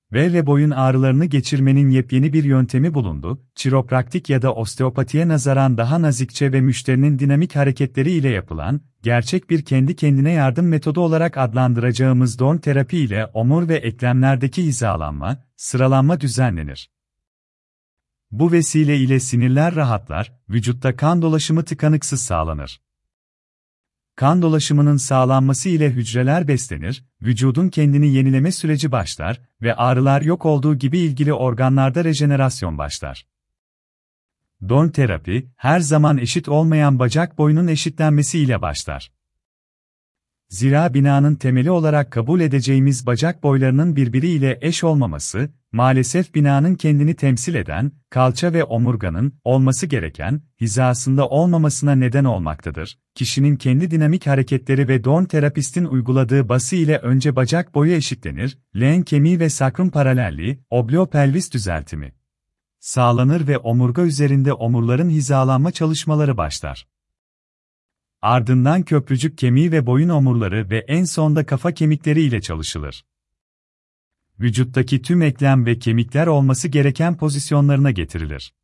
Ve boyun ağrılarını geçirmenin yepyeni bir yöntemi bulundu. Chiropraktik ya da osteopatiye nazaran daha nazikçe ve müşterinin dinamik hareketleri ile yapılan, gerçek bir kendi kendine yardım metodu olarak adlandıracağımız Dorn terapi ile omur ve eklemlerdeki hizalanma, sıralanma düzenlenir. Bu vesile ile sinirler rahatlar, vücutta kan dolaşımı tıkanıksız sağlanır. Kan dolaşımının sağlanması ile hücreler beslenir, vücudun kendini yenileme süreci başlar ve ağrılar yok olduğu gibi ilgili organlarda rejenerasyon başlar. Dorn terapi, her zaman eşit olmayan bacak boyunun eşitlenmesi ile başlar. Zira binanın temeli olarak kabul edeceğimiz bacak boylarının birbiriyle eş olmaması, maalesef binanın kendini temsil eden, kalça ve omurganın, olması gereken, hizasında olmamasına neden olmaktadır. Kişinin kendi dinamik hareketleri ve Dorn terapistin uyguladığı bası ile önce bacak boyu eşitlenir, leğen kemiği ve sakrum paralelliği, obliopelvis düzeltimi sağlanır ve omurga üzerinde omurların hizalanma çalışmaları başlar. Ardından köprücük kemiği ve boyun omurları ve en sonda kafa kemikleri ile çalışılır. Vücuttaki tüm eklem ve kemikler olması gereken pozisyonlarına getirilir.